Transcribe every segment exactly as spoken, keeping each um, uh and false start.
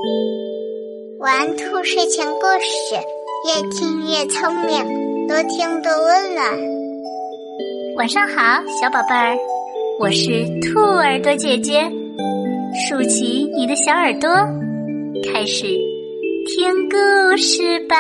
玩兔睡前故事，越听越聪明，多听多温暖。 晚上好，小宝贝儿，我是兔耳朵姐姐，竖起你的小耳朵，开始听故事吧。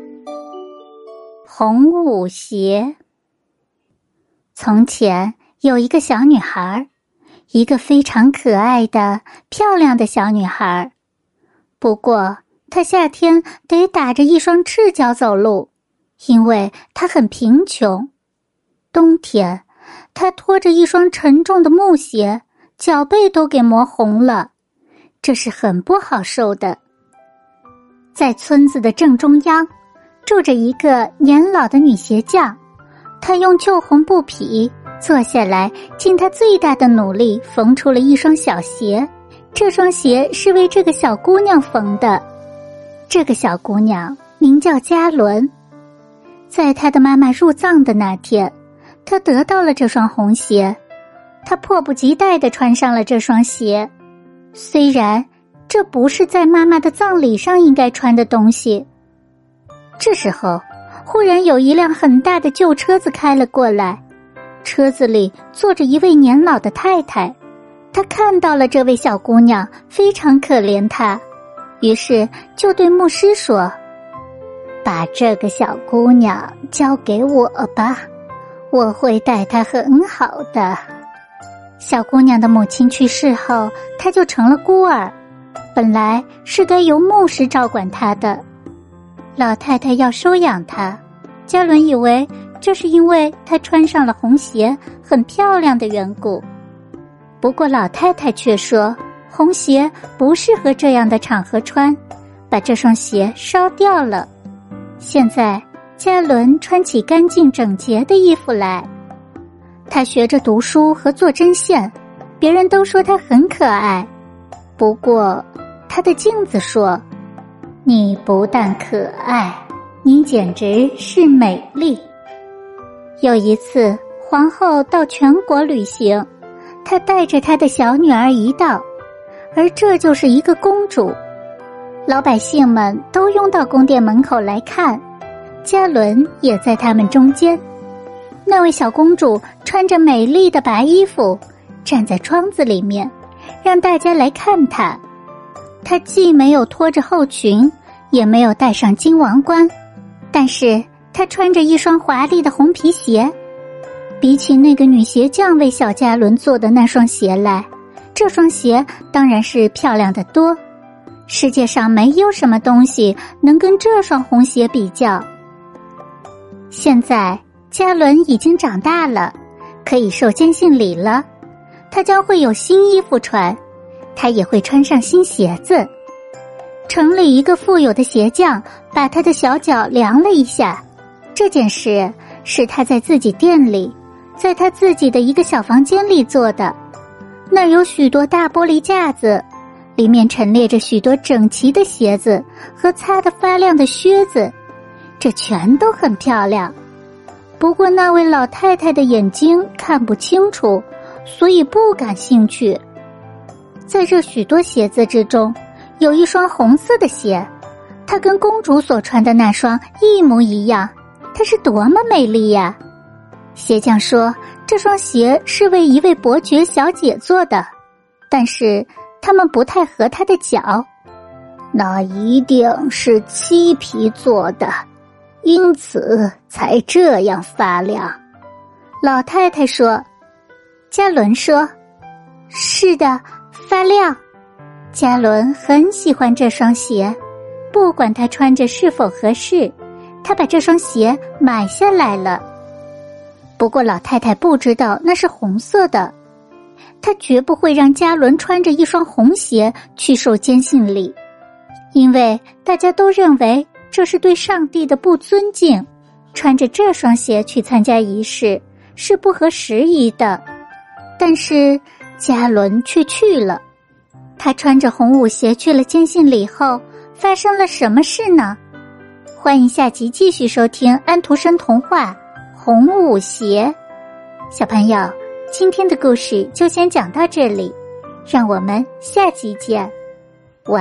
红舞鞋。从前有一个小女孩，一个非常可爱的漂亮的小女孩，不过她夏天得打着一双赤脚走路，因为她很贫穷。冬天她拖着一双沉重的木鞋，脚背都给磨红了，这是很不好受的。在村子的正中央住着一个年老的女鞋匠，她用旧红布匹坐下来，尽她最大的努力缝出了一双小鞋。这双鞋是为这个小姑娘缝的。这个小姑娘名叫嘉伦。在她的妈妈入葬的那天，她得到了这双红鞋，她迫不及待地穿上了这双鞋。虽然这不是在妈妈的葬礼上应该穿的东西。这时候，忽然有一辆很大的旧车子开了过来，车子里坐着一位年老的太太。她看到了这位小姑娘，非常可怜她，于是就对牧师说：“把这个小姑娘交给我吧，我会待她很好的。”小姑娘的母亲去世后，她就成了孤儿，本来是该由牧师照管她的。老太太要收养她，嘉伦以为这是因为她穿上了红鞋，很漂亮的缘故。不过老太太却说，红鞋不适合这样的场合穿，把这双鞋烧掉了。现在嘉伦穿起干净整洁的衣服来，她学着读书和做针线，别人都说她很可爱。不过她的镜子说，你不但可爱，你简直是美丽。有一次，皇后到全国旅行，她带着她的小女儿一道，而这就是一个公主。老百姓们都拥到宫殿门口来看，嘉伦也在他们中间。那位小公主穿着美丽的白衣服，站在窗子里面，让大家来看她。她既没有拖着后裙，也没有戴上金王冠，但是她穿着一双华丽的红皮鞋。比起那个女鞋匠为小嘉伦做的那双鞋来，这双鞋当然是漂亮得多。世界上没有什么东西能跟这双红鞋比较。现在嘉伦已经长大了，可以受坚信礼了，她将会有新衣服穿，她也会穿上新鞋子。城里一个富有的鞋匠把她的小脚量了一下，这件事是他在自己店里，在他自己的一个小房间里做的。那儿有许多大玻璃架子，里面陈列着许多整齐的鞋子和擦得发亮的靴子，这全都很漂亮。不过那位老太太的眼睛看不清楚，所以不感兴趣。在这许多鞋子之中，有一双红色的鞋，它跟公主所穿的那双一模一样，它是多么美丽呀！鞋匠说，这双鞋是为一位伯爵小姐做的，但是它们不太合她的脚。那一定是漆皮做的，因此才这样发亮。老太太说。嘉伦说，是的，发亮。嘉伦很喜欢这双鞋，不管他穿着是否合适，他把这双鞋买下来了。不过老太太不知道那是红色的，她绝不会让嘉伦穿着一双红鞋去受坚信礼，因为大家都认为这是对上帝的不尊敬，穿着这双鞋去参加仪式是不合时宜的。但是嘉伦却去了。他穿着红舞鞋去了坚信礼后，发生了什么事呢？欢迎下集继续收听安徒生童话《红舞鞋》。小朋友，今天的故事就先讲到这里，让我们下集见，晚安。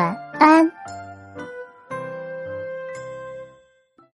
安。